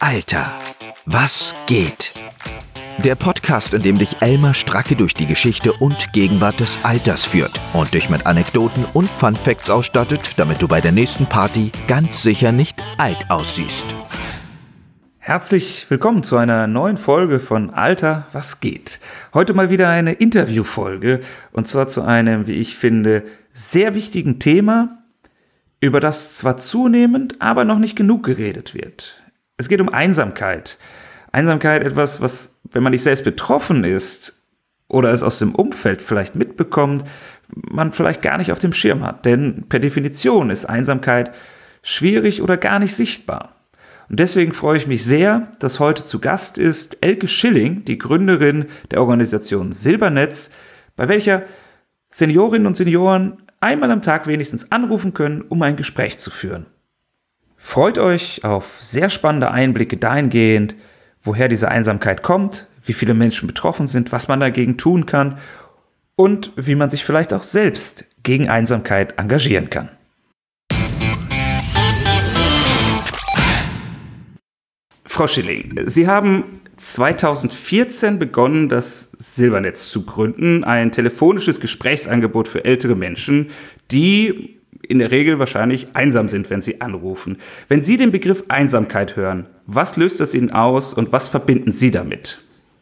Alter, was geht? Der Podcast, in dem dich Elmar Stracke durch die Geschichte und Gegenwart des Alters führt und dich mit Anekdoten und Funfacts ausstattet, damit du bei der nächsten Party ganz sicher nicht alt aussiehst. Herzlich willkommen zu einer neuen Folge von Alter, was geht? Heute mal wieder eine Interviewfolge und zwar zu einem, wie ich finde, sehr wichtigen Thema, über das zwar zunehmend, aber noch nicht genug geredet wird. Es geht um Einsamkeit. Einsamkeit, etwas, was, wenn man nicht selbst betroffen ist oder es aus dem Umfeld vielleicht mitbekommt, man vielleicht gar nicht auf dem Schirm hat. Denn per Definition ist Einsamkeit schwierig oder gar nicht sichtbar. Und deswegen freue ich mich sehr, dass heute zu Gast ist Elke Schilling, die Gründerin der Organisation Silbernetz, bei welcher Seniorinnen und Senioren einmal am Tag wenigstens anrufen können, um ein Gespräch zu führen. Freut euch auf sehr spannende Einblicke dahingehend, woher diese Einsamkeit kommt, wie viele Menschen betroffen sind, was man dagegen tun kann und wie man sich vielleicht auch selbst gegen Einsamkeit engagieren kann. Frau Schilling, Sie haben 2014 begonnen, das Silbernetz zu gründen, ein telefonisches Gesprächsangebot für ältere Menschen, die in der Regel wahrscheinlich einsam sind, wenn sie anrufen. Wenn Sie den Begriff Einsamkeit hören, was löst das Ihnen aus und was verbinden Sie damit?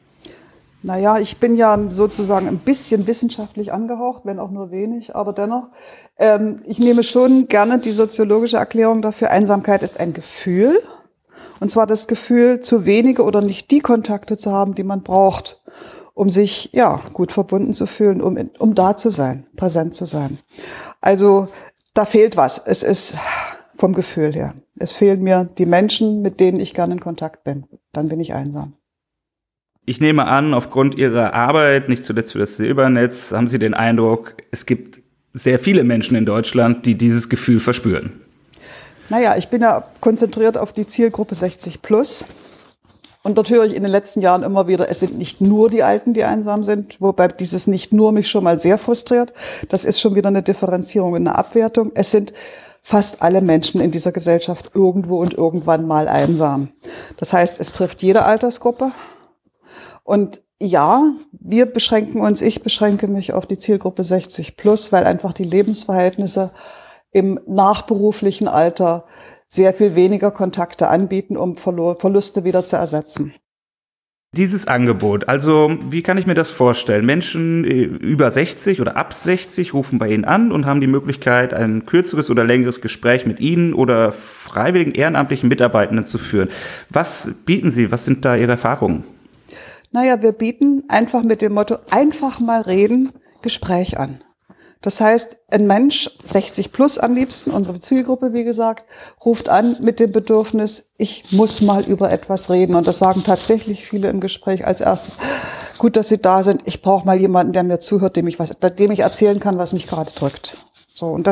Naja, ich bin ja sozusagen ein bisschen wissenschaftlich angehaucht, wenn auch nur wenig, aber dennoch, ich nehme schon gerne die soziologische Erklärung dafür, Einsamkeit ist ein Gefühl. Und zwar das Gefühl, zu wenige oder nicht die Kontakte zu haben, die man braucht, um sich gut verbunden zu fühlen, um da zu sein, präsent zu sein. Also da fehlt was. Es ist vom Gefühl her. Es fehlen mir die Menschen, mit denen ich gerne in Kontakt bin. Dann bin ich einsam. Ich nehme an, aufgrund Ihrer Arbeit, nicht zuletzt für das Silbernetz, haben Sie den Eindruck, es gibt sehr viele Menschen in Deutschland, die dieses Gefühl verspüren. Naja, ich bin ja konzentriert auf die Zielgruppe 60+. Und dort höre ich in den letzten Jahren immer wieder, es sind nicht nur die Alten, die einsam sind, wobei dieses nicht nur mich schon mal sehr frustriert. Das ist schon wieder eine Differenzierung und eine Abwertung. Es sind fast alle Menschen in dieser Gesellschaft irgendwo und irgendwann mal einsam. Das heißt, es trifft jede Altersgruppe. Und ja, ich beschränke mich auf die Zielgruppe 60+, weil einfach die Lebensverhältnisse im nachberuflichen Alter sehr viel weniger Kontakte anbieten, um Verluste wieder zu ersetzen. Dieses Angebot, also wie kann ich mir das vorstellen? Menschen über 60 oder ab 60 rufen bei Ihnen an und haben die Möglichkeit, ein kürzeres oder längeres Gespräch mit Ihnen oder freiwilligen ehrenamtlichen Mitarbeitenden zu führen. Was bieten Sie? Was sind da Ihre Erfahrungen? Naja, wir bieten einfach mit dem Motto, einfach mal reden, Gespräch an. Das heißt, ein Mensch, 60+ am liebsten, unsere Zielgruppe, wie gesagt, ruft an mit dem Bedürfnis, ich muss mal über etwas reden. Und das sagen tatsächlich viele im Gespräch als erstes. Gut, dass Sie da sind. Ich brauche mal jemanden, der mir zuhört, dem ich erzählen kann, was mich gerade drückt. So. Und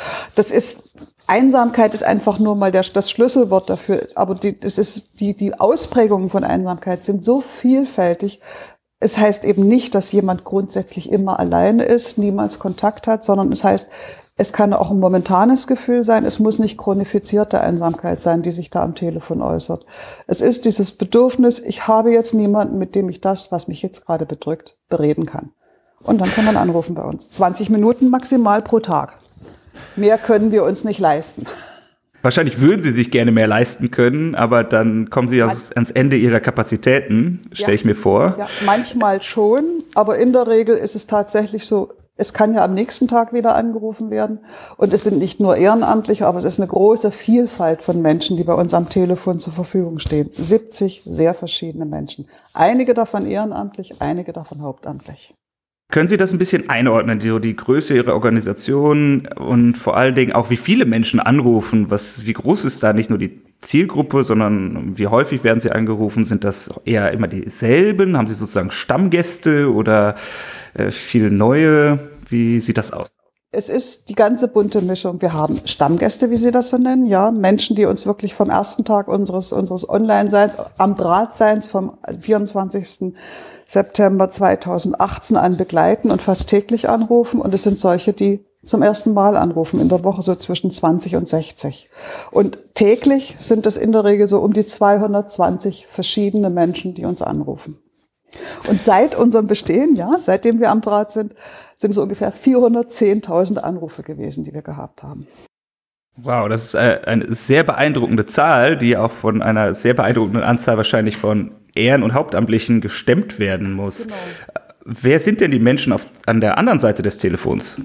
Einsamkeit ist einfach nur mal das Schlüsselwort dafür. Aber die Ausprägungen von Einsamkeit sind so vielfältig. Es heißt eben nicht, dass jemand grundsätzlich immer alleine ist, niemals Kontakt hat, sondern es heißt, es kann auch ein momentanes Gefühl sein. Es muss nicht chronifizierte Einsamkeit sein, die sich da am Telefon äußert. Es ist dieses Bedürfnis, ich habe jetzt niemanden, mit dem ich das, was mich jetzt gerade bedrückt, bereden kann. Und dann kann man anrufen bei uns. 20 Minuten maximal pro Tag. Mehr können wir uns nicht leisten. Wahrscheinlich würden Sie sich gerne mehr leisten können, aber dann kommen Sie ans Ende Ihrer Kapazitäten, stelle ich mir vor. Ja, manchmal schon, aber in der Regel ist es tatsächlich so, es kann ja am nächsten Tag wieder angerufen werden. Und es sind nicht nur Ehrenamtliche, aber es ist eine große Vielfalt von Menschen, die bei uns am Telefon zur Verfügung stehen. 70 sehr verschiedene Menschen. Einige davon ehrenamtlich, einige davon hauptamtlich. Können Sie das ein bisschen einordnen, die Größe Ihrer Organisation und vor allen Dingen auch, wie viele Menschen anrufen? Wie groß ist da nicht nur die Zielgruppe, sondern wie häufig werden Sie angerufen? Sind das eher immer dieselben? Haben Sie sozusagen Stammgäste oder viele neue? Wie sieht das aus? Es ist die ganze bunte Mischung. Wir haben Stammgäste, wie Sie das so nennen, ja, Menschen, die uns wirklich vom ersten Tag unseres Online-Seins, am Drahtseins vom 24. September 2018 an begleiten und fast täglich anrufen. Und es sind solche, die zum ersten Mal anrufen, in der Woche so zwischen 20 und 60. Und täglich sind es in der Regel so um die 220 verschiedene Menschen, die uns anrufen. Und seit unserem Bestehen, seitdem wir am Draht sind es ungefähr 410.000 Anrufe gewesen, die wir gehabt haben. Wow, das ist eine sehr beeindruckende Zahl, die auch von einer sehr beeindruckenden Anzahl wahrscheinlich von Ehren- und Hauptamtlichen gestemmt werden muss. Genau. Wer sind denn die Menschen an der anderen Seite des Telefons?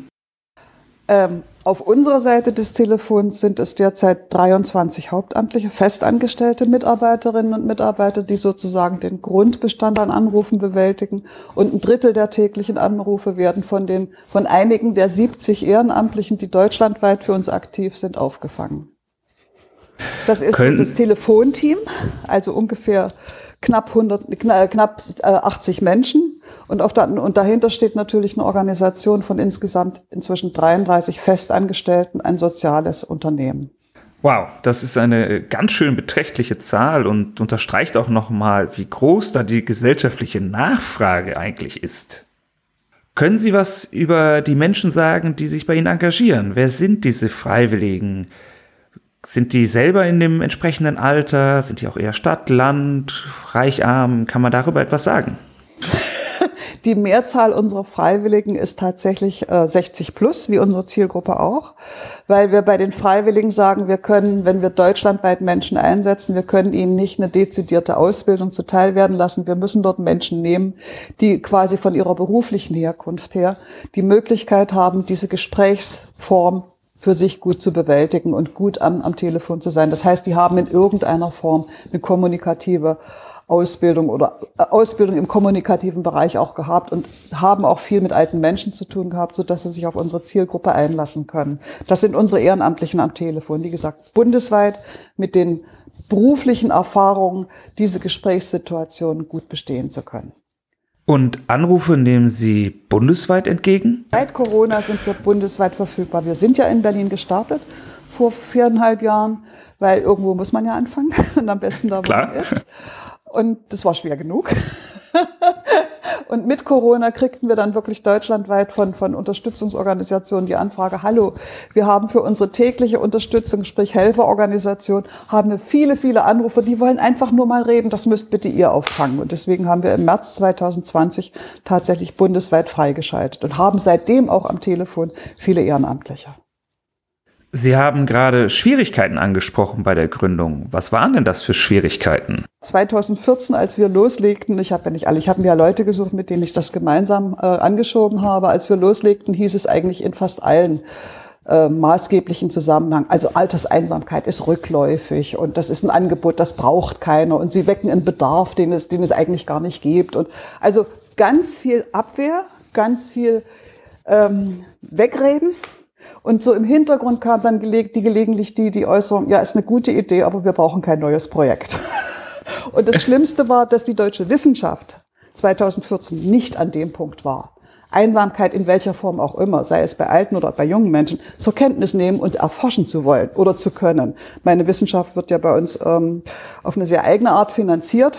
Auf unserer Seite des Telefons sind es derzeit 23 hauptamtliche, festangestellte Mitarbeiterinnen und Mitarbeiter, die sozusagen den Grundbestand an Anrufen bewältigen. Und ein Drittel der täglichen Anrufe werden von einigen der 70 Ehrenamtlichen, die deutschlandweit für uns aktiv sind, aufgefangen. Das ist das Telefonteam, also ungefähr knapp 80 Menschen. Und dahinter steht natürlich eine Organisation von insgesamt inzwischen 33 Festangestellten, ein soziales Unternehmen. Wow, das ist eine ganz schön beträchtliche Zahl und unterstreicht auch nochmal, wie groß da die gesellschaftliche Nachfrage eigentlich ist. Können Sie was über die Menschen sagen, die sich bei Ihnen engagieren? Wer sind diese Freiwilligen? Sind die selber in dem entsprechenden Alter? Sind die auch eher Stadt, Land, reich, arm? Kann man darüber etwas sagen? Die Mehrzahl unserer Freiwilligen ist tatsächlich 60 plus, wie unsere Zielgruppe auch, weil wir bei den Freiwilligen sagen, wir können, wenn wir deutschlandweit Menschen einsetzen, wir können ihnen nicht eine dezidierte Ausbildung zuteil werden lassen. Wir müssen dort Menschen nehmen, die quasi von ihrer beruflichen Herkunft her die Möglichkeit haben, diese Gesprächsform für sich gut zu bewältigen und gut am Telefon zu sein. Das heißt, die haben in irgendeiner Form eine kommunikative Ausbildung oder Ausbildung im kommunikativen Bereich auch gehabt und haben auch viel mit alten Menschen zu tun gehabt, sodass sie sich auf unsere Zielgruppe einlassen können. Das sind unsere Ehrenamtlichen am Telefon, wie gesagt, bundesweit mit den beruflichen Erfahrungen, diese Gesprächssituationen gut bestehen zu können. Und Anrufe nehmen Sie bundesweit entgegen? Seit Corona sind wir bundesweit verfügbar. Wir sind ja in Berlin gestartet vor 4,5 Jahren, weil irgendwo muss man ja anfangen und am besten da, wo man ist. Und das war schwer genug. Und mit Corona kriegten wir dann wirklich deutschlandweit von Unterstützungsorganisationen die Anfrage, hallo, wir haben für unsere tägliche Unterstützung, sprich Helferorganisation, haben wir viele, viele Anrufer, die wollen einfach nur mal reden, das müsst bitte ihr auffangen. Und deswegen haben wir im März 2020 tatsächlich bundesweit freigeschaltet und haben seitdem auch am Telefon viele Ehrenamtliche. Sie haben gerade Schwierigkeiten angesprochen bei der Gründung. Was waren denn das für Schwierigkeiten? 2014, als wir loslegten, ich habe mir ja Leute gesucht, mit denen ich das gemeinsam angeschoben habe. Als wir loslegten, hieß es eigentlich in fast allen maßgeblichen Zusammenhang. Also Alterseinsamkeit ist rückläufig und das ist ein Angebot, das braucht keiner und sie wecken einen Bedarf, den es eigentlich gar nicht gibt. Und also ganz viel Abwehr, ganz viel Wegreden. Und so im Hintergrund kam dann gelegentlich die Äußerung, ja, ist eine gute Idee, aber wir brauchen kein neues Projekt. Und das Schlimmste war, dass die deutsche Wissenschaft 2014 nicht an dem Punkt war. Einsamkeit in welcher Form auch immer, sei es bei alten oder bei jungen Menschen, zur Kenntnis nehmen und erforschen zu wollen oder zu können. Meine Wissenschaft wird ja bei uns auf eine sehr eigene Art finanziert.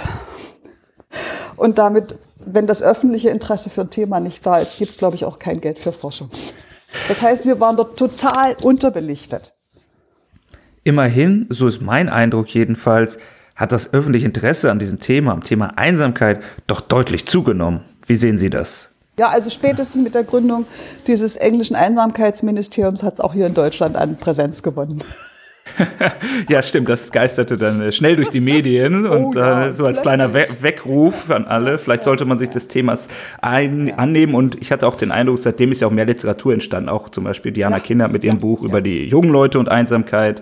Und damit, wenn das öffentliche Interesse für ein Thema nicht da ist, gibt es, glaube ich, auch kein Geld für Forschung. Das heißt, wir waren dort total unterbelichtet. Immerhin, so ist mein Eindruck jedenfalls, hat das öffentliche Interesse an diesem Thema, am Thema Einsamkeit, doch deutlich zugenommen. Wie sehen Sie das? Ja, also spätestens mit der Gründung dieses englischen Einsamkeitsministeriums hat es auch hier in Deutschland an Präsenz gewonnen. Ja, stimmt, das geisterte dann schnell durch die Medien und so als kleiner Weckruf an alle. Vielleicht sollte man sich des Themas annehmen und ich hatte auch den Eindruck, seitdem ist ja auch mehr Literatur entstanden, auch zum Beispiel Diana Kindert mit ihrem Buch über die jungen Leute und Einsamkeit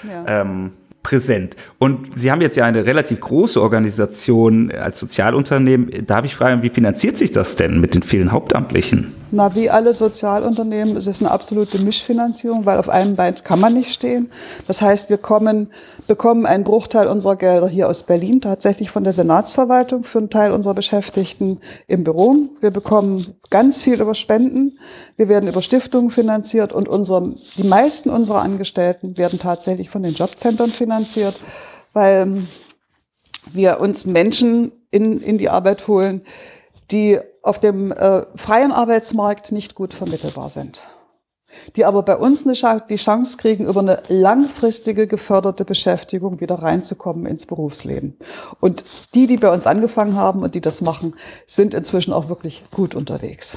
präsent. Und Sie haben jetzt ja eine relativ große Organisation als Sozialunternehmen. Darf ich fragen, wie finanziert sich das denn mit den vielen Hauptamtlichen? Na, wie alle Sozialunternehmen ist es eine absolute Mischfinanzierung, weil auf einem Bein kann man nicht stehen. Das heißt, wir bekommen einen Bruchteil unserer Gelder hier aus Berlin, tatsächlich von der Senatsverwaltung für einen Teil unserer Beschäftigten im Büro. Wir bekommen ganz viel über Spenden. Wir werden über Stiftungen finanziert und die meisten unserer Angestellten werden tatsächlich von den Jobcentern finanziert, weil wir uns Menschen in die Arbeit holen, die auf dem freien Arbeitsmarkt nicht gut vermittelbar sind. die aber bei uns die Chance kriegen, über eine langfristige geförderte Beschäftigung wieder reinzukommen ins Berufsleben. Und die bei uns angefangen haben und die das machen, sind inzwischen auch wirklich gut unterwegs.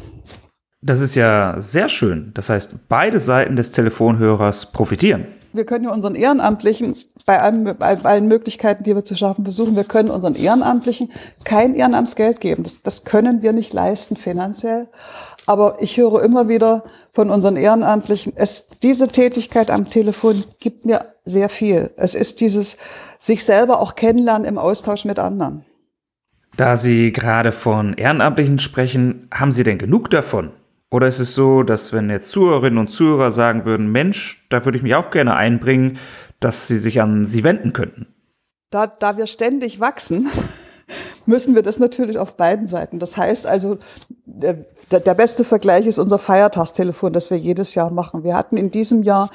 Das ist ja sehr schön. Das heißt, beide Seiten des Telefonhörers profitieren. Wir können ja unseren Ehrenamtlichen bei allen Möglichkeiten, die wir zu schaffen versuchen, wir können unseren Ehrenamtlichen kein Ehrenamtsgeld geben. Das können wir nicht leisten finanziell. Aber ich höre immer wieder von unseren Ehrenamtlichen, diese Tätigkeit am Telefon gibt mir sehr viel. Es ist dieses sich selber auch kennenlernen im Austausch mit anderen. Da Sie gerade von Ehrenamtlichen sprechen, haben Sie denn genug davon? Oder ist es so, dass wenn jetzt Zuhörerinnen und Zuhörer sagen würden, Mensch, da würde ich mich auch gerne einbringen, dass sie sich an Sie wenden könnten? Da wir ständig wachsen, müssen wir das natürlich auf beiden Seiten. Das heißt also, der beste Vergleich ist unser Feiertagstelefon, das wir jedes Jahr machen. Wir hatten in diesem Jahr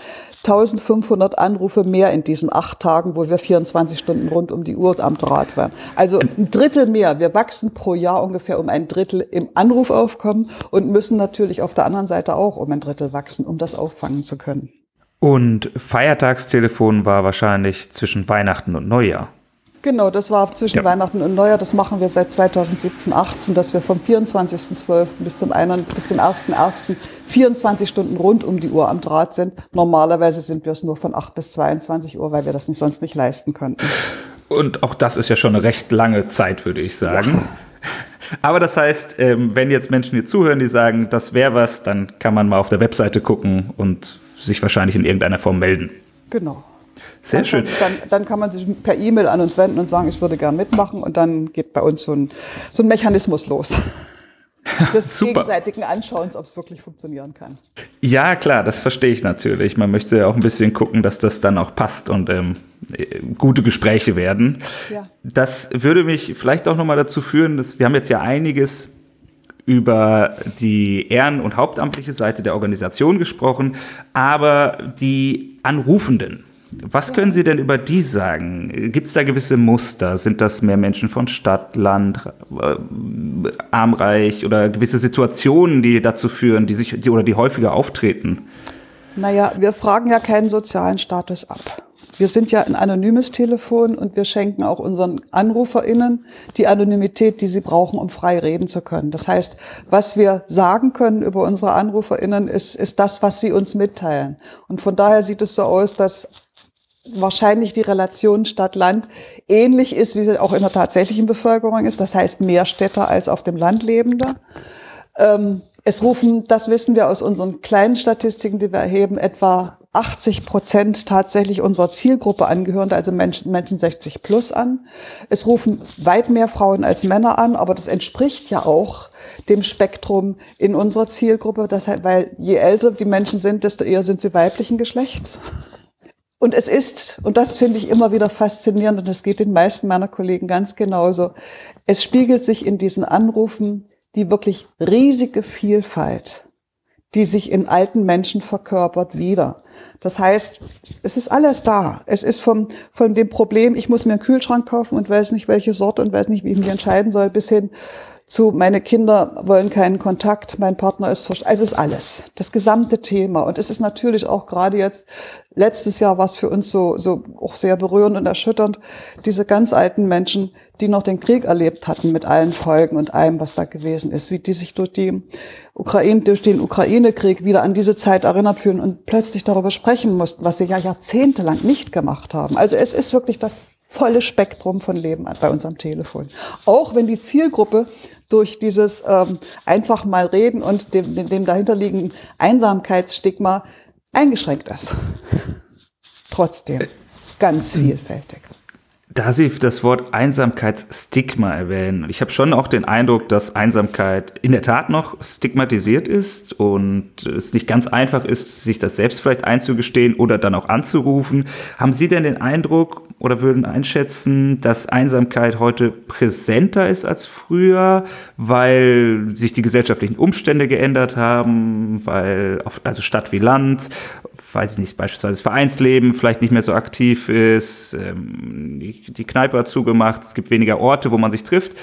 1500 Anrufe mehr in diesen 8 Tagen, wo wir 24 Stunden rund um die Uhr am Draht waren. Also ein Drittel mehr. Wir wachsen pro Jahr ungefähr um ein Drittel im Anrufaufkommen und müssen natürlich auf der anderen Seite auch um ein Drittel wachsen, um das auffangen zu können. Und Feiertagstelefon war wahrscheinlich zwischen Weihnachten und Neujahr. Genau, das war zwischen Weihnachten und Neujahr. Das machen wir seit 2017, 18, dass wir vom 24.12. bis zum 1.1. 24 Stunden rund um die Uhr am Draht sind. Normalerweise sind wir es nur von 8 bis 22 Uhr, weil wir das sonst nicht leisten könnten. Und auch das ist ja schon eine recht lange Zeit, würde ich sagen. Ja. Aber das heißt, wenn jetzt Menschen hier zuhören, die sagen, das wäre was, dann kann man mal auf der Webseite gucken und sich wahrscheinlich in irgendeiner Form melden. Genau. Sehr schön. Dann kann man sich per E-Mail an uns wenden und sagen, ich würde gerne mitmachen, und dann geht bei uns so ein Mechanismus los. Des gegenseitigen Anschauens, ob es wirklich funktionieren kann. Ja, klar, das verstehe ich natürlich. Man möchte auch ein bisschen gucken, dass das dann auch passt und gute Gespräche werden. Ja. Das würde mich vielleicht auch nochmal dazu führen, dass wir haben jetzt ja einiges über die ehren- und hauptamtliche Seite der Organisation gesprochen, aber die Anrufenden, was können Sie denn über die sagen? Gibt es da gewisse Muster? Sind das mehr Menschen von Stadt, Land, armreich oder gewisse Situationen, die dazu führen, die häufiger auftreten? Naja, wir fragen ja keinen sozialen Status ab. Wir sind ja ein anonymes Telefon und wir schenken auch unseren AnruferInnen die Anonymität, die sie brauchen, um frei reden zu können. Das heißt, was wir sagen können über unsere AnruferInnen ist das, was sie uns mitteilen. Und von daher sieht es so aus, dass wahrscheinlich die Relation Stadt-Land ähnlich ist, wie sie auch in der tatsächlichen Bevölkerung ist. Das heißt, mehr Städter als auf dem Land Lebende. Es rufen, das wissen wir aus unseren kleinen Statistiken, die wir erheben, etwa 80% tatsächlich unserer Zielgruppe angehörende, also Menschen 60 plus an. Es rufen weit mehr Frauen als Männer an, aber das entspricht ja auch dem Spektrum in unserer Zielgruppe. Deshalb, weil je älter die Menschen sind, desto eher sind sie weiblichen Geschlechts. Und es ist, und das finde ich immer wieder faszinierend, und das geht den meisten meiner Kollegen ganz genauso, es spiegelt sich in diesen Anrufen die wirklich riesige Vielfalt, die sich in alten Menschen verkörpert, wieder. Das heißt, es ist alles da. Es ist von dem Problem, ich muss mir einen Kühlschrank kaufen und weiß nicht, welche Sorte und weiß nicht, wie ich mich entscheiden soll, bis hin zu, meine Kinder wollen keinen Kontakt, mein Partner ist verstorben. Also es ist alles, das gesamte Thema. Und es ist natürlich auch gerade jetzt, letztes Jahr war es für uns so auch sehr berührend und erschütternd, diese ganz alten Menschen, die noch den Krieg erlebt hatten mit allen Folgen und allem, was da gewesen ist, wie die sich durch den Ukraine-Krieg wieder an diese Zeit erinnert fühlen und plötzlich darüber sprechen mussten, was sie ja jahrzehntelang nicht gemacht haben. Also es ist wirklich das volle Spektrum von Leben bei uns am Telefon. Auch wenn die Zielgruppe durch dieses einfach mal reden und dem dahinterliegenden Einsamkeitsstigma eingeschränkt ist. Trotzdem ganz vielfältig. Da Sie das Wort Einsamkeitsstigma erwähnen, ich habe schon auch den Eindruck, dass Einsamkeit in der Tat noch stigmatisiert ist und es nicht ganz einfach ist, sich das selbst vielleicht einzugestehen oder dann auch anzurufen. Haben Sie denn den Eindruck oder würden einschätzen, dass Einsamkeit heute präsenter ist als früher, weil sich die gesellschaftlichen Umstände geändert haben, weil also Stadt wie Land, weiß ich nicht, beispielsweise das Vereinsleben vielleicht nicht mehr so aktiv ist, die Kneipe hat zugemacht, es gibt weniger Orte, wo man sich trifft?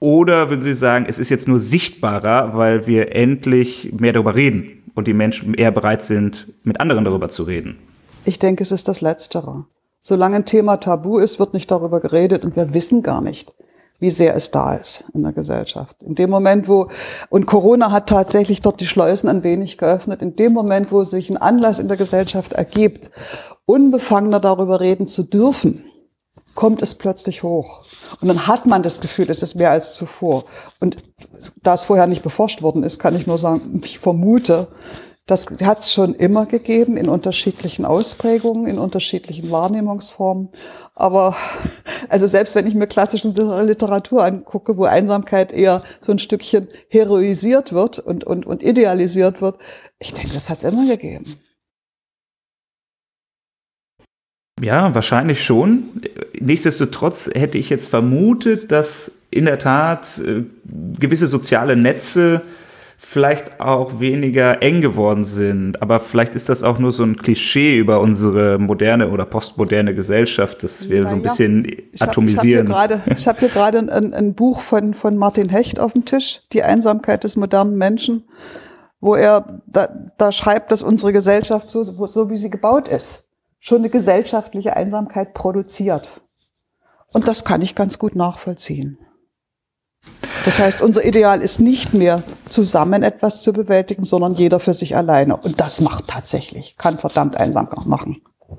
Oder würden Sie sagen, es ist jetzt nur sichtbarer, weil wir endlich mehr darüber reden und die Menschen eher bereit sind, mit anderen darüber zu reden? Ich denke, es ist das Letztere. Solange ein Thema tabu ist, wird nicht darüber geredet und wir wissen gar nicht, wie sehr es da ist in der Gesellschaft. In dem Moment, und Corona hat tatsächlich dort die Schleusen ein wenig geöffnet, in dem Moment, wo sich ein Anlass in der Gesellschaft ergibt, unbefangener darüber reden zu dürfen, kommt es plötzlich hoch. Und dann hat man das Gefühl, es ist mehr als zuvor. Und da es vorher nicht beforscht worden ist, kann ich nur sagen, ich vermute, das hat es schon immer gegeben, in unterschiedlichen Ausprägungen, in unterschiedlichen Wahrnehmungsformen. Aber also selbst wenn ich mir klassische Literatur angucke, wo Einsamkeit eher so ein Stückchen heroisiert wird und idealisiert wird, ich denke, das hat es immer gegeben. Ja, wahrscheinlich schon. Nichtsdestotrotz hätte ich jetzt vermutet, dass in der Tat gewisse soziale Netze vielleicht auch weniger eng geworden sind. Aber vielleicht ist das auch nur so ein Klischee über unsere moderne oder postmoderne Gesellschaft, dass wir so ein bisschen atomisieren. Ich habe hier gerade ein Buch von Martin Hecht auf dem Tisch, Die Einsamkeit des modernen Menschen, wo er da schreibt, dass unsere Gesellschaft so wie sie gebaut ist, schon eine gesellschaftliche Einsamkeit produziert. Und das kann ich ganz gut nachvollziehen. Das heißt, unser Ideal ist nicht mehr, zusammen etwas zu bewältigen, sondern jeder für sich alleine. Und das kann verdammt einsam machen.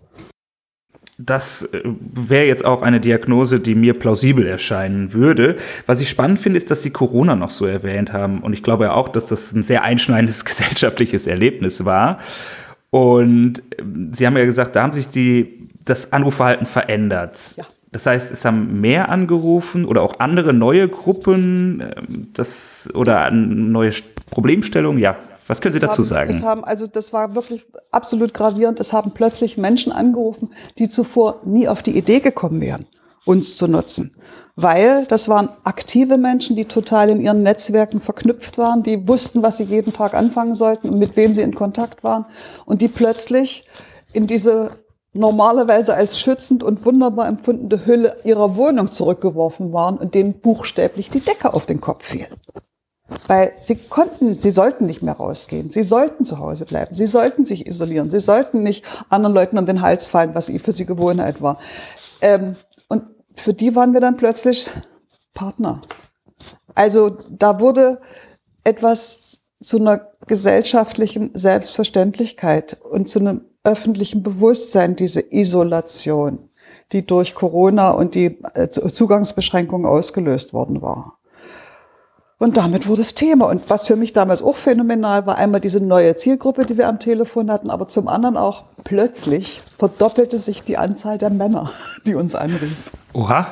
Das wäre jetzt auch eine Diagnose, die mir plausibel erscheinen würde. Was ich spannend finde, ist, dass Sie Corona noch so erwähnt haben. Und ich glaube ja auch, dass das ein sehr einschneidendes gesellschaftliches Erlebnis war. Und Sie haben ja gesagt, da haben sich das Anrufverhalten verändert. Ja. Das heißt, es haben mehr angerufen oder auch andere neue Gruppen oder neue Problemstellungen. Ja, was können Sie dazu sagen? Das war wirklich absolut gravierend. Es haben plötzlich Menschen angerufen, die zuvor nie auf die Idee gekommen wären, uns zu nutzen. Weil das waren aktive Menschen, die total in ihren Netzwerken verknüpft waren, die wussten, was sie jeden Tag anfangen sollten und mit wem sie in Kontakt waren und die plötzlich in diese normalerweise als schützend und wunderbar empfundene Hülle ihrer Wohnung zurückgeworfen waren und denen buchstäblich die Decke auf den Kopf fiel. Weil sie sollten nicht mehr rausgehen, sie sollten zu Hause bleiben, sie sollten sich isolieren, sie sollten nicht anderen Leuten an den Hals fallen, was für sie Gewohnheit war. Und für die waren wir dann plötzlich Partner. Also da wurde etwas zu einer gesellschaftlichen Selbstverständlichkeit und zu einem öffentlichen Bewusstsein, diese Isolation, die durch Corona und die Zugangsbeschränkungen ausgelöst worden war. Und damit wurde es Thema. Und was für mich damals auch phänomenal war, einmal diese neue Zielgruppe, die wir am Telefon hatten, aber zum anderen auch plötzlich verdoppelte sich die Anzahl der Männer, die uns anriefen. Oha.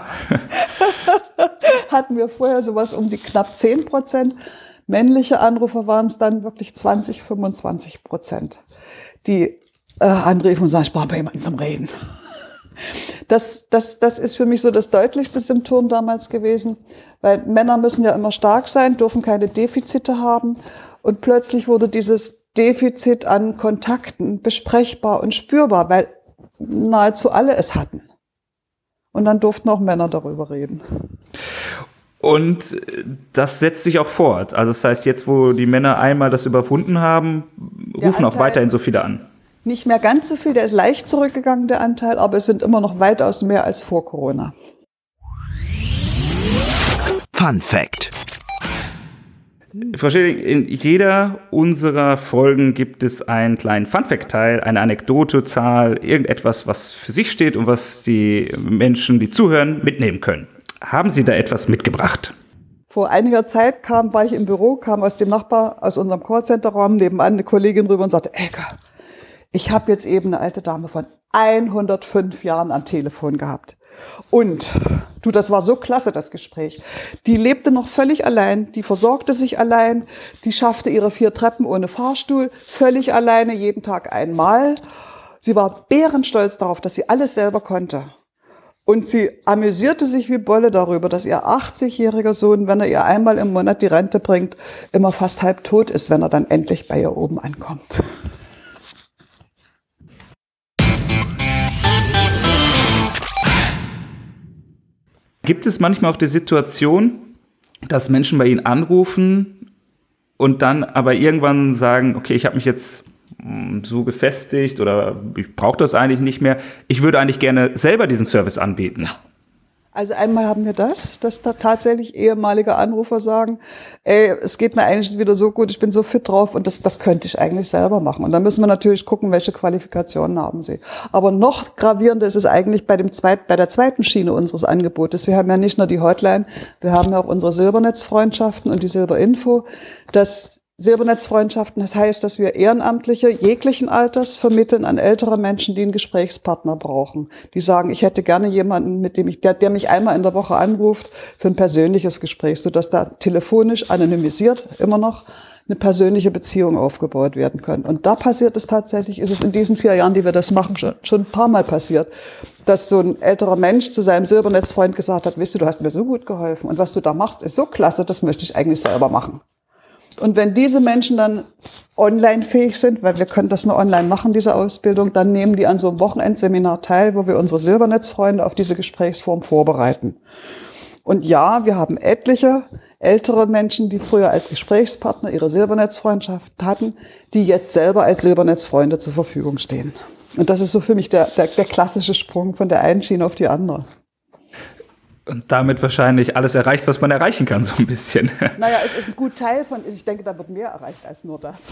Hatten wir vorher sowas um die knapp 10%. Männliche Anrufer waren es dann wirklich 20-25%, die anriefen und sagen, ich brauche mal jemanden zum Reden. Das ist für mich so das deutlichste Symptom damals gewesen, weil Männer müssen ja immer stark sein, dürfen keine Defizite haben und plötzlich wurde dieses Defizit an Kontakten besprechbar und spürbar, weil nahezu alle es hatten. Und dann durften auch Männer darüber reden. Und das setzt sich auch fort. Also das heißt, jetzt, wo die Männer einmal das überwunden haben, rufen auch weiterhin so viele an. Nicht mehr ganz so viel, der ist leicht zurückgegangen, der Anteil, aber es sind immer noch weitaus mehr als vor Corona. Fun Fact: Frau Schilling, in jeder unserer Folgen gibt es einen kleinen Fun Fact-Teil, eine Anekdote, Zahl, irgendetwas, was für sich steht und was die Menschen, die zuhören, mitnehmen können. Haben Sie da etwas mitgebracht? Vor einiger Zeit war ich im Büro, kam aus unserem Callcenter-Raum nebenan eine Kollegin rüber und sagte, Elke, ich habe jetzt eben eine alte Dame von 105 Jahren am Telefon gehabt. Und du, das war so klasse, das Gespräch. Die lebte noch völlig allein, die versorgte sich allein, die schaffte ihre 4 Treppen ohne Fahrstuhl, völlig alleine, jeden Tag einmal. Sie war bärenstolz darauf, dass sie alles selber konnte. Und sie amüsierte sich wie Bolle darüber, dass ihr 80-jähriger Sohn, wenn er ihr einmal im Monat die Rente bringt, immer fast halb tot ist, wenn er dann endlich bei ihr oben ankommt. Gibt es manchmal auch die Situation, dass Menschen bei Ihnen anrufen und dann aber irgendwann sagen, okay, ich habe mich jetzt so gefestigt oder ich brauche das eigentlich nicht mehr. Ich würde eigentlich gerne selber diesen Service anbieten. Also einmal haben wir dass da tatsächlich ehemalige Anrufer sagen, ey, es geht mir eigentlich wieder so gut, ich bin so fit drauf und das könnte ich eigentlich selber machen. Und dann müssen wir natürlich gucken, welche Qualifikationen haben sie. Aber noch gravierender ist es eigentlich bei der zweiten Schiene unseres Angebotes. Wir haben ja nicht nur die Hotline, wir haben ja auch unsere Silbernetzfreundschaften und die Silberinfo. Das Silbernetzfreundschaften, das heißt, dass wir Ehrenamtliche jeglichen Alters vermitteln an ältere Menschen, die einen Gesprächspartner brauchen. Die sagen, ich hätte gerne jemanden, der mich einmal in der Woche anruft für ein persönliches Gespräch, sodass da telefonisch anonymisiert immer noch eine persönliche Beziehung aufgebaut werden kann. Und da passiert es tatsächlich, ist es in diesen 4 Jahren, die wir das machen, schon ein paar Mal passiert, dass so ein älterer Mensch zu seinem Silbernetzfreund gesagt hat, weißt du hast mir so gut geholfen und was du da machst, ist so klasse, das möchte ich eigentlich selber machen. Und wenn diese Menschen dann online fähig sind, weil wir können das nur online machen, diese Ausbildung, dann nehmen die an so einem Wochenendseminar teil, wo wir unsere Silbernetzfreunde auf diese Gesprächsform vorbereiten. Und ja, wir haben etliche ältere Menschen, die früher als Gesprächspartner ihre Silbernetzfreundschaft hatten, die jetzt selber als Silbernetzfreunde zur Verfügung stehen. Und das ist so für mich der klassische Sprung von der einen Schiene auf die andere. Und damit wahrscheinlich alles erreicht, was man erreichen kann, so ein bisschen. Naja, es ist ein guter Teil von, ich denke, da wird mehr erreicht als nur das.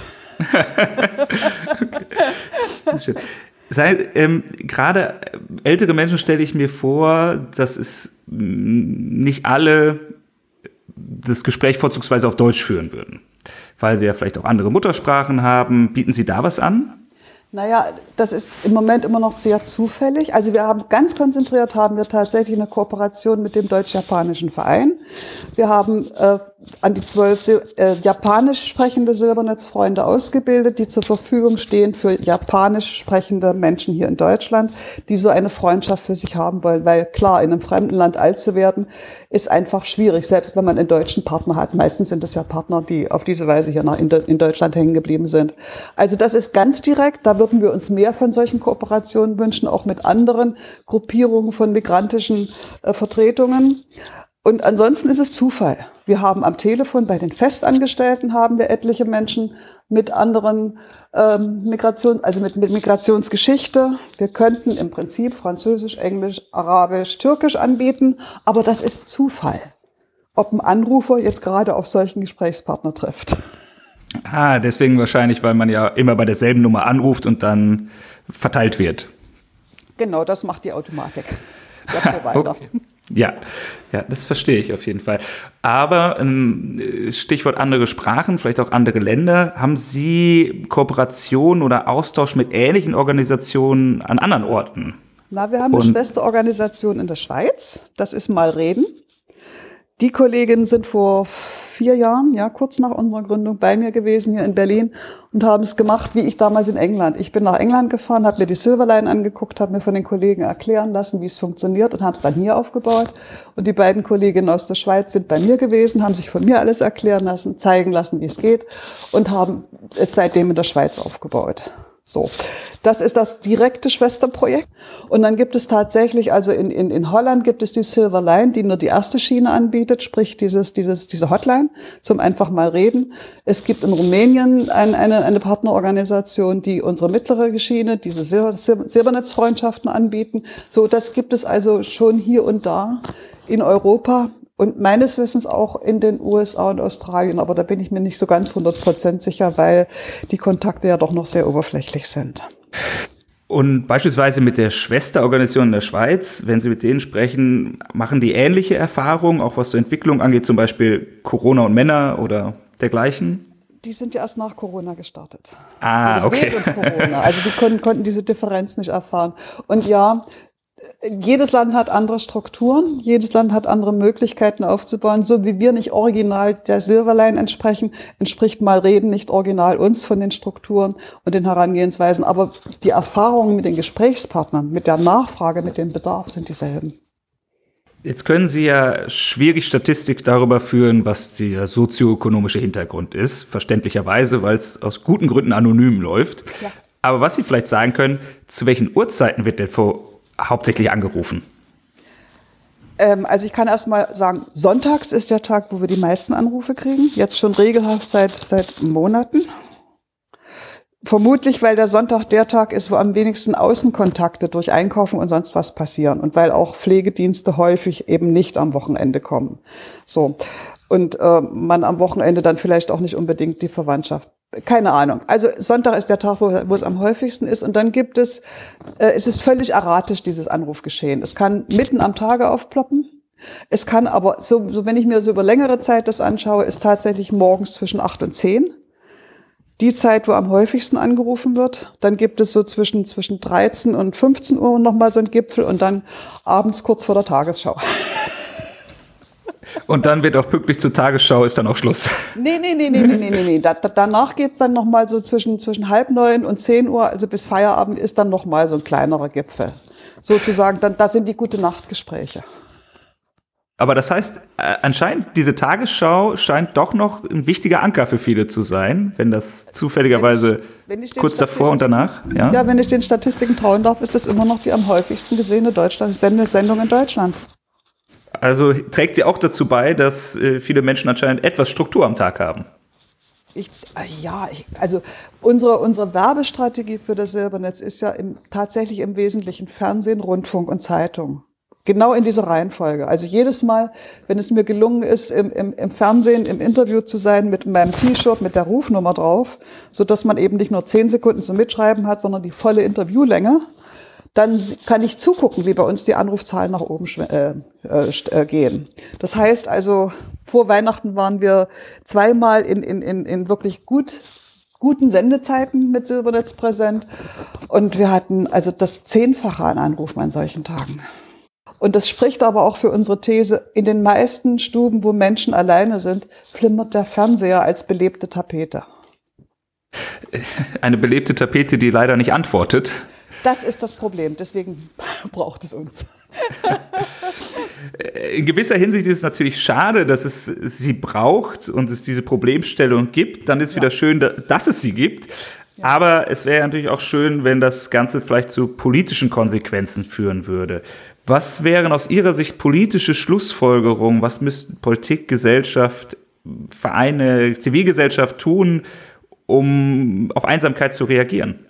Okay. Das ist schön. Gerade ältere Menschen stelle ich mir vor, dass es nicht alle das Gespräch vorzugsweise auf Deutsch führen würden, weil sie ja vielleicht auch andere Muttersprachen haben. Bieten Sie da was an? Naja, das ist im Moment immer noch sehr zufällig. Also wir haben tatsächlich eine Kooperation mit dem Deutsch-Japanischen Verein. Wir haben an die 12 japanisch sprechende Silbernetzfreunde ausgebildet, die zur Verfügung stehen für japanisch sprechende Menschen hier in Deutschland, die so eine Freundschaft für sich haben wollen. Weil klar, in einem fremden Land alt zu werden, ist einfach schwierig, selbst wenn man einen deutschen Partner hat. Meistens sind es ja Partner, die auf diese Weise hier in Deutschland hängen geblieben sind. Also das ist ganz direkt, da würden wir uns mehr von solchen Kooperationen wünschen, auch mit anderen Gruppierungen von migrantischen Vertretungen. Und ansonsten ist es Zufall. Wir haben am Telefon bei den Festangestellten haben wir etliche Menschen mit anderen mit Migrationsgeschichte. Wir könnten im Prinzip Französisch, Englisch, Arabisch, Türkisch anbieten, aber das ist Zufall, ob ein Anrufer jetzt gerade auf solchen Gesprächspartner trifft. Deswegen wahrscheinlich, weil man ja immer bei derselben Nummer anruft und dann verteilt wird. Genau, das macht die Automatik. Der Provider. Okay. Ja, das verstehe ich auf jeden Fall. Aber Stichwort andere Sprachen, vielleicht auch andere Länder. Haben Sie Kooperation oder Austausch mit ähnlichen Organisationen an anderen Orten? Na, wir haben eine Schwesterorganisation in der Schweiz. Das ist Mal Reden. Die Kolleginnen sind vor 4 Jahren, kurz nach unserer Gründung, bei mir gewesen hier in Berlin und haben es gemacht, wie ich damals in England. Ich bin nach England gefahren, habe mir die Silverline angeguckt, habe mir von den Kollegen erklären lassen, wie es funktioniert und habe es dann hier aufgebaut. Und die beiden Kolleginnen aus der Schweiz sind bei mir gewesen, haben sich von mir alles erklären lassen, zeigen lassen, wie es geht und haben es seitdem in der Schweiz aufgebaut. So, das ist das direkte Schwesterprojekt. Und dann gibt es tatsächlich, also in Holland gibt es die Silverline, die nur die erste Schiene anbietet, sprich diese Hotline zum einfach mal reden. Es gibt in Rumänien eine Partnerorganisation, die unsere mittlere Schiene, diese Silbernetzfreundschaften anbieten. So, das gibt es also schon hier und da in Europa. Und meines Wissens auch in den USA und Australien, aber da bin ich mir nicht so ganz 100% sicher, weil die Kontakte ja doch noch sehr oberflächlich sind. Und beispielsweise mit der Schwesterorganisation in der Schweiz, wenn Sie mit denen sprechen, machen die ähnliche Erfahrungen, auch was zur Entwicklung angeht, zum Beispiel Corona und Männer oder dergleichen? Die sind ja erst nach Corona gestartet. Okay. Während Corona. Also die konnten diese Differenz nicht erfahren. Und ja, jedes Land hat andere Strukturen, jedes Land hat andere Möglichkeiten aufzubauen. So wie wir nicht original der Silverline entspricht Mal Reden nicht original uns von den Strukturen und den Herangehensweisen. Aber die Erfahrungen mit den Gesprächspartnern, mit der Nachfrage, mit dem Bedarf sind dieselben. Jetzt können Sie ja schwierig Statistik darüber führen, was der sozioökonomische Hintergrund ist, verständlicherweise, weil es aus guten Gründen anonym läuft. Ja. Aber was Sie vielleicht sagen können, zu welchen Uhrzeiten wird denn hauptsächlich angerufen? Also ich kann erst mal sagen, sonntags ist der Tag, wo wir die meisten Anrufe kriegen. Jetzt schon regelhaft seit Monaten. Vermutlich, weil der Sonntag der Tag ist, wo am wenigsten Außenkontakte durch Einkaufen und sonst was passieren. Und weil auch Pflegedienste häufig eben nicht am Wochenende kommen. So. Und man am Wochenende dann vielleicht auch nicht unbedingt die Verwandtschaft. Keine Ahnung. Also Sonntag ist der Tag, wo es am häufigsten ist. Und dann es ist völlig erratisch, dieses Anrufgeschehen. Es kann mitten am Tage aufploppen. Es kann aber, so wenn ich mir so über längere Zeit das anschaue, ist tatsächlich morgens zwischen 8 und 10. Die Zeit, wo am häufigsten angerufen wird. Dann gibt es so zwischen 13 und 15 Uhr nochmal so einen Gipfel und dann abends kurz vor der Tagesschau. Und dann wird auch pünktlich zur Tagesschau, ist dann auch Schluss. Nee. Danach geht's dann nochmal so zwischen 8:30 und 10 Uhr, also bis Feierabend ist dann nochmal so ein kleinerer Gipfel. Sozusagen, da sind die Gute-Nacht-Gespräche. Aber das heißt, anscheinend, diese Tagesschau scheint doch noch ein wichtiger Anker für viele zu sein, wenn das zufälligerweise kurz davor und danach. Ja, wenn ich den Statistiken trauen darf, ist das immer noch die am häufigsten gesehene Sendung in Deutschland. Also trägt sie auch dazu bei, dass viele Menschen anscheinend etwas Struktur am Tag haben. Also unsere Werbestrategie für das Silbernetz ist ja tatsächlich im Wesentlichen Fernsehen, Rundfunk und Zeitung. Genau in dieser Reihenfolge. Also jedes Mal, wenn es mir gelungen ist, im Fernsehen im Interview zu sein mit meinem T-Shirt, mit der Rufnummer drauf, sodass man eben nicht nur 10 Sekunden zum Mitschreiben hat, sondern die volle Interviewlänge, dann kann ich zugucken, wie bei uns die Anrufzahlen nach oben gehen. Das heißt also, vor Weihnachten waren wir zweimal in wirklich guten Sendezeiten mit Silbernetz präsent und wir hatten also das 10-fache an Anrufen an solchen Tagen. Und das spricht aber auch für unsere These, in den meisten Stuben, wo Menschen alleine sind, flimmert der Fernseher als belebte Tapete. Eine belebte Tapete, die leider nicht antwortet. Das ist das Problem, deswegen braucht es uns. In gewisser Hinsicht ist es natürlich schade, dass es sie braucht und es diese Problemstellung gibt. Dann ist wieder schön, dass es sie gibt. Ja. Aber es wäre natürlich auch schön, wenn das Ganze vielleicht zu politischen Konsequenzen führen würde. Was wären aus Ihrer Sicht politische Schlussfolgerungen? Was müssten Politik, Gesellschaft, Vereine, Zivilgesellschaft tun, um auf Einsamkeit zu reagieren?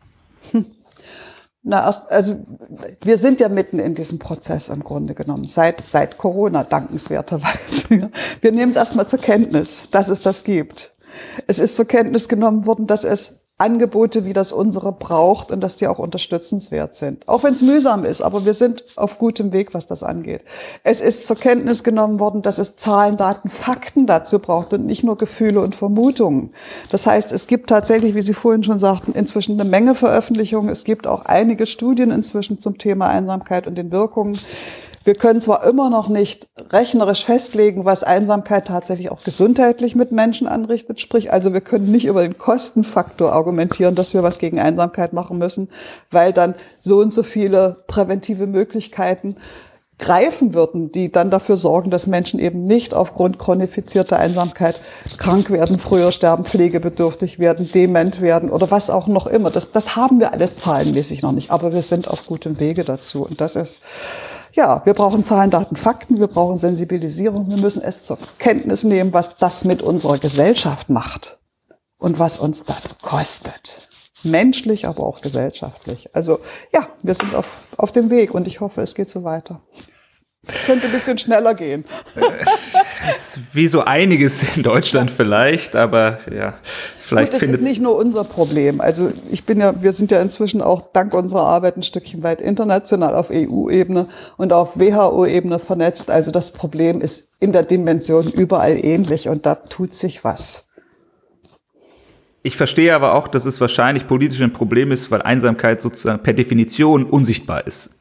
Also wir sind ja mitten in diesem Prozess im Grunde genommen, seit Corona dankenswerterweise. Wir nehmen es erstmal zur Kenntnis, dass es das gibt. Es ist zur Kenntnis genommen worden, dass es Angebote wie das unsere braucht und dass die auch unterstützenswert sind. Auch wenn es mühsam ist, aber wir sind auf gutem Weg, was das angeht. Es ist zur Kenntnis genommen worden, dass es Zahlen, Daten, Fakten dazu braucht und nicht nur Gefühle und Vermutungen. Das heißt, es gibt tatsächlich, wie Sie vorhin schon sagten, inzwischen eine Menge Veröffentlichungen. Es gibt auch einige Studien inzwischen zum Thema Einsamkeit und den Wirkungen. Wir können zwar immer noch nicht rechnerisch festlegen, was Einsamkeit tatsächlich auch gesundheitlich mit Menschen anrichtet. Sprich, also wir können nicht über den Kostenfaktor argumentieren, dass wir was gegen Einsamkeit machen müssen, weil dann so und so viele präventive Möglichkeiten greifen würden, die dann dafür sorgen, dass Menschen eben nicht aufgrund chronifizierter Einsamkeit krank werden, früher sterben, pflegebedürftig werden, dement werden oder was auch noch immer. Das haben wir alles zahlenmäßig noch nicht, aber wir sind auf gutem Wege dazu. Und das ist... Ja, wir brauchen Zahlen, Daten, Fakten, wir brauchen Sensibilisierung, wir müssen es zur Kenntnis nehmen, was das mit unserer Gesellschaft macht und was uns das kostet. Menschlich, aber auch gesellschaftlich. Also ja, wir sind auf dem Weg und ich hoffe, es geht so weiter. Könnte ein bisschen schneller gehen. Wie so einiges in Deutschland vielleicht, aber ja, vielleicht findet es. Das ist nicht nur unser Problem. Also wir sind ja inzwischen auch dank unserer Arbeit ein Stückchen weit international auf EU-Ebene und auf WHO-Ebene vernetzt. Also das Problem ist in der Dimension überall ähnlich und da tut sich was. Ich verstehe aber auch, dass es wahrscheinlich politisch ein Problem ist, weil Einsamkeit sozusagen per Definition unsichtbar ist.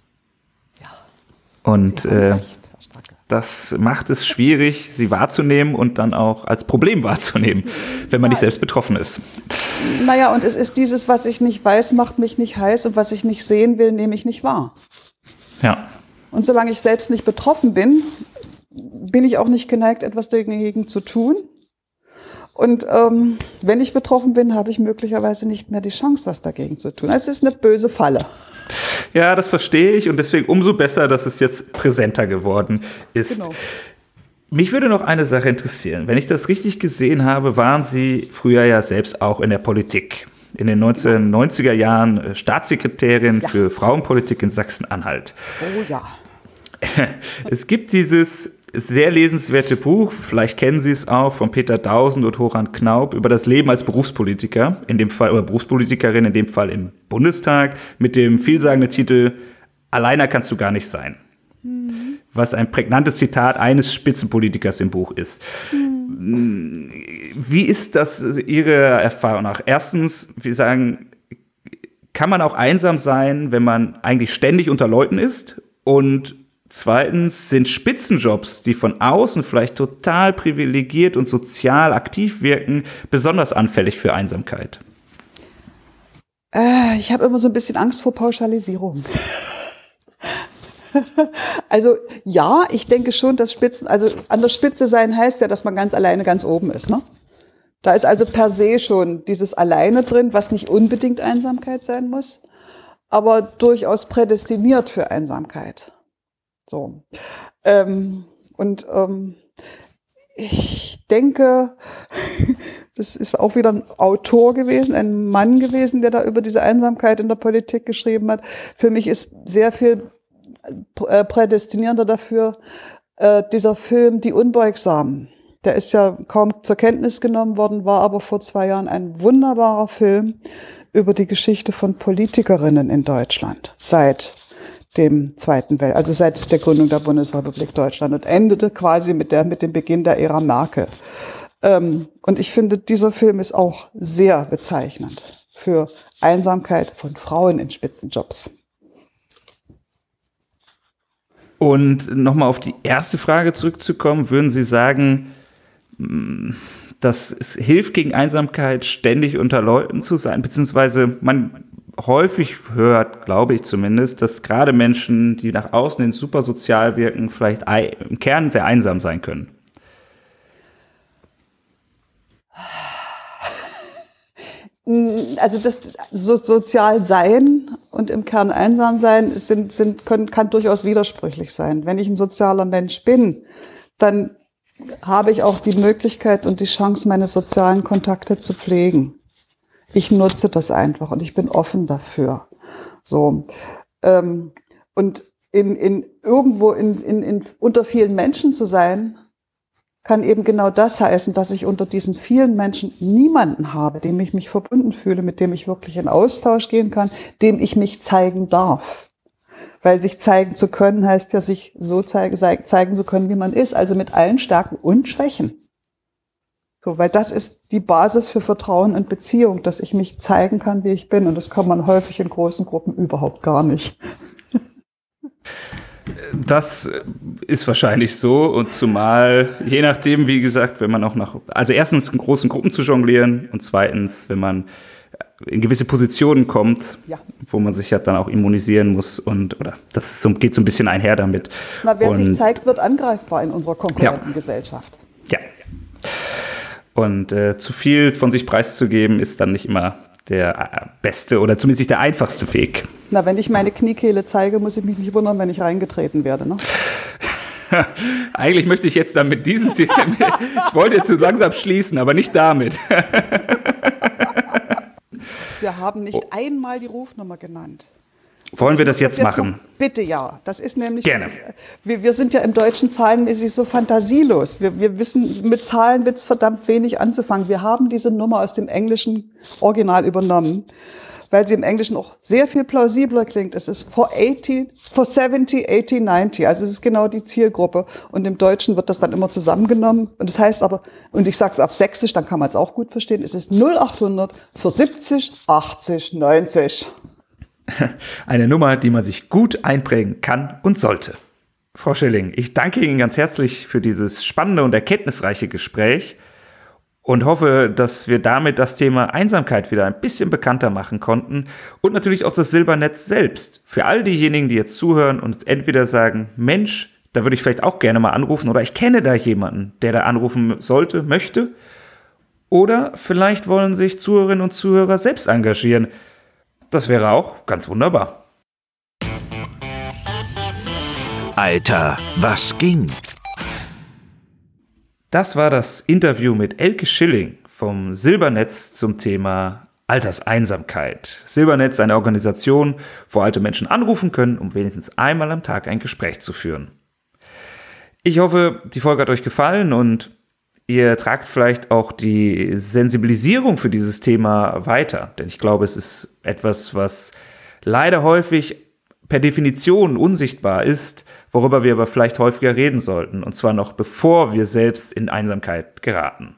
Und das macht es schwierig, sie wahrzunehmen und dann auch als Problem wahrzunehmen, wenn man nicht selbst betroffen ist. Naja, und es ist dieses, was ich nicht weiß, macht mich nicht heiß und was ich nicht sehen will, nehme ich nicht wahr. Ja. Und solange ich selbst nicht betroffen bin, bin ich auch nicht geneigt, etwas dagegen zu tun. Und wenn ich betroffen bin, habe ich möglicherweise nicht mehr die Chance, was dagegen zu tun. Es ist eine böse Falle. Ja, das verstehe ich und deswegen umso besser, dass es jetzt präsenter geworden ist. Genau. Mich würde noch eine Sache interessieren. Wenn ich das richtig gesehen habe, waren Sie früher ja selbst auch in der Politik. In den 1990er Jahren Staatssekretärin für Frauenpolitik in Sachsen-Anhalt. Oh ja. Es gibt dieses sehr lesenswerte Buch, vielleicht kennen Sie es auch, von Peter Dausend und Horan Knaup über das Leben als Berufspolitiker, in dem Fall, oder Berufspolitikerin, in dem Fall im Bundestag, mit dem vielsagenden Titel „Alleiner kannst du gar nicht sein“. Was ein prägnantes Zitat eines Spitzenpolitikers im Buch ist. Wie ist das Ihrer Erfahrung nach? Erstens, wir sagen, kann man auch einsam sein, wenn man eigentlich ständig unter Leuten ist? Und zweitens, sind Spitzenjobs, die von außen vielleicht total privilegiert und sozial aktiv wirken, besonders anfällig für Einsamkeit? Ich habe immer so ein bisschen Angst vor Pauschalisierung. Also ja, ich denke schon, dass also an der Spitze sein heißt ja, dass man ganz alleine ganz oben ist, ne? Da ist also per se schon dieses Alleine drin, was nicht unbedingt Einsamkeit sein muss, aber durchaus prädestiniert für Einsamkeit. So. Ich denke, das ist auch wieder ein Autor gewesen, ein Mann gewesen, der da über diese Einsamkeit in der Politik geschrieben hat. Für mich ist sehr viel prädestinierender dafür dieser Film Die Unbeugsamen. Der ist ja kaum zur Kenntnis genommen worden, war aber vor 2 Jahren ein wunderbarer Film über die Geschichte von Politikerinnen in Deutschland seit dem also seit der Gründung der Bundesrepublik Deutschland und endete quasi mit dem Beginn der Ära Merkel. Und ich finde, dieser Film ist auch sehr bezeichnend für Einsamkeit von Frauen in Spitzenjobs. Und nochmal auf die erste Frage zurückzukommen, würden Sie sagen, dass es hilft, gegen Einsamkeit ständig unter Leuten zu sein, beziehungsweise man häufig hört, glaube ich zumindest, dass gerade Menschen, die nach außen hin super sozial wirken, vielleicht im Kern sehr einsam sein können? Also das sozial sein und im Kern einsam sein kann durchaus widersprüchlich sein. Wenn ich ein sozialer Mensch bin, dann habe ich auch die Möglichkeit und die Chance, meine sozialen Kontakte zu pflegen. Ich nutze das einfach und ich bin offen dafür. So. Und irgendwo unter vielen Menschen zu sein, kann eben genau das heißen, dass ich unter diesen vielen Menschen niemanden habe, dem ich mich verbunden fühle, mit dem ich wirklich in Austausch gehen kann, dem ich mich zeigen darf. Weil sich zeigen zu können, heißt ja, sich so zeigen zu können, wie man ist, also mit allen Stärken und Schwächen. So, weil das ist die Basis für Vertrauen und Beziehung, dass ich mich zeigen kann, wie ich bin. Und das kann man häufig in großen Gruppen überhaupt gar nicht. Das ist wahrscheinlich so und zumal, je nachdem, wie gesagt, wenn man auch also erstens in großen Gruppen zu jonglieren und zweitens, wenn man in gewisse Positionen kommt, wo man sich ja dann auch immunisieren muss oder das geht so ein bisschen einher damit. Na, wer sich zeigt, wird angreifbar in unserer konkurrenten Gesellschaft. Ja. Und zu viel von sich preiszugeben, ist dann nicht immer der beste oder zumindest nicht der einfachste Weg. Na, wenn ich meine Kniekehle zeige, muss ich mich nicht wundern, wenn ich reingetreten werde, ne? Eigentlich möchte ich jetzt dann mit diesem Ziel, ich wollte jetzt so langsam schließen, aber nicht damit. Wir haben nicht einmal die Rufnummer genannt. Wollen wir das jetzt machen? Bitte ja. Das ist nämlich. Gerne. Wir sind ja im Deutschen zahlenmäßig so fantasielos. Wir wissen mit Zahlenwitz verdammt wenig anzufangen. Wir haben diese Nummer aus dem englischen Original übernommen, weil sie im Englischen auch sehr viel plausibler klingt. Es ist for 70, 80, 90. Also es ist genau die Zielgruppe. Und im Deutschen wird das dann immer zusammengenommen. Und das heißt aber, und ich sage es auf Sächsisch, dann kann man es auch gut verstehen, es ist 0800 für 70, 80, 90. Eine Nummer, die man sich gut einprägen kann und sollte. Frau Schilling, ich danke Ihnen ganz herzlich für dieses spannende und erkenntnisreiche Gespräch und hoffe, dass wir damit das Thema Einsamkeit wieder ein bisschen bekannter machen konnten und natürlich auch das Silbernetz selbst. Für all diejenigen, die jetzt zuhören und entweder sagen, Mensch, da würde ich vielleicht auch gerne mal anrufen oder ich kenne da jemanden, der da anrufen sollte, möchte. Oder vielleicht wollen sich Zuhörerinnen und Zuhörer selbst engagieren. Das wäre auch ganz wunderbar. Alter, was ging? Das war das Interview mit Elke Schilling vom Silbernetz zum Thema Alterseinsamkeit. Silbernetz, eine Organisation, wo alte Menschen anrufen können, um wenigstens einmal am Tag ein Gespräch zu führen. Ich hoffe, die Folge hat euch gefallen und ihr tragt vielleicht auch die Sensibilisierung für dieses Thema weiter. Denn ich glaube, es ist etwas, was leider häufig per Definition unsichtbar ist, worüber wir aber vielleicht häufiger reden sollten. Und zwar noch bevor wir selbst in Einsamkeit geraten.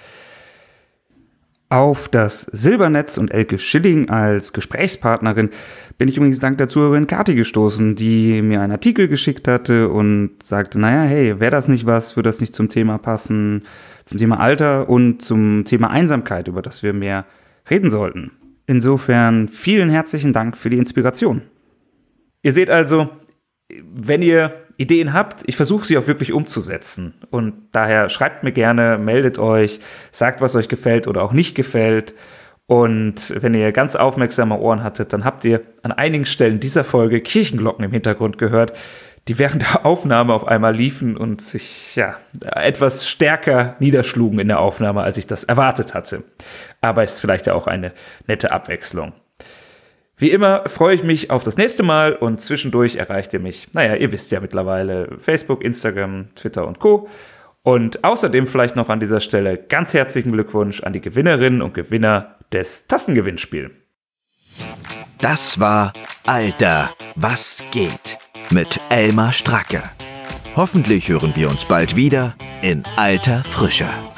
Auf das Silbernetz und Elke Schilling als Gesprächspartnerin bin ich übrigens dank der Zuhörerin Kathi gestoßen, die mir einen Artikel geschickt hatte und sagte, naja, hey, wäre das nicht was, würde das nicht zum Thema passen, zum Thema Alter und zum Thema Einsamkeit, über das wir mehr reden sollten. Insofern vielen herzlichen Dank für die Inspiration. Ihr seht also, wenn ihr Ideen habt, ich versuche sie auch wirklich umzusetzen. Und daher schreibt mir gerne, meldet euch, sagt, was euch gefällt oder auch nicht gefällt. Und wenn ihr ganz aufmerksame Ohren hattet, dann habt ihr an einigen Stellen dieser Folge Kirchenglocken im Hintergrund gehört, die während der Aufnahme auf einmal liefen und sich etwas stärker niederschlugen in der Aufnahme, als ich das erwartet hatte. Aber ist vielleicht ja auch eine nette Abwechslung. Wie immer freue ich mich auf das nächste Mal und zwischendurch erreicht ihr mich, ihr wisst ja mittlerweile, Facebook, Instagram, Twitter und Co. Und außerdem vielleicht noch an dieser Stelle ganz herzlichen Glückwunsch an die Gewinnerinnen und Gewinner des Tassengewinnspiels. Das war Alter, was geht? Mit Elmar Stracke. Hoffentlich hören wir uns bald wieder in alter Frische.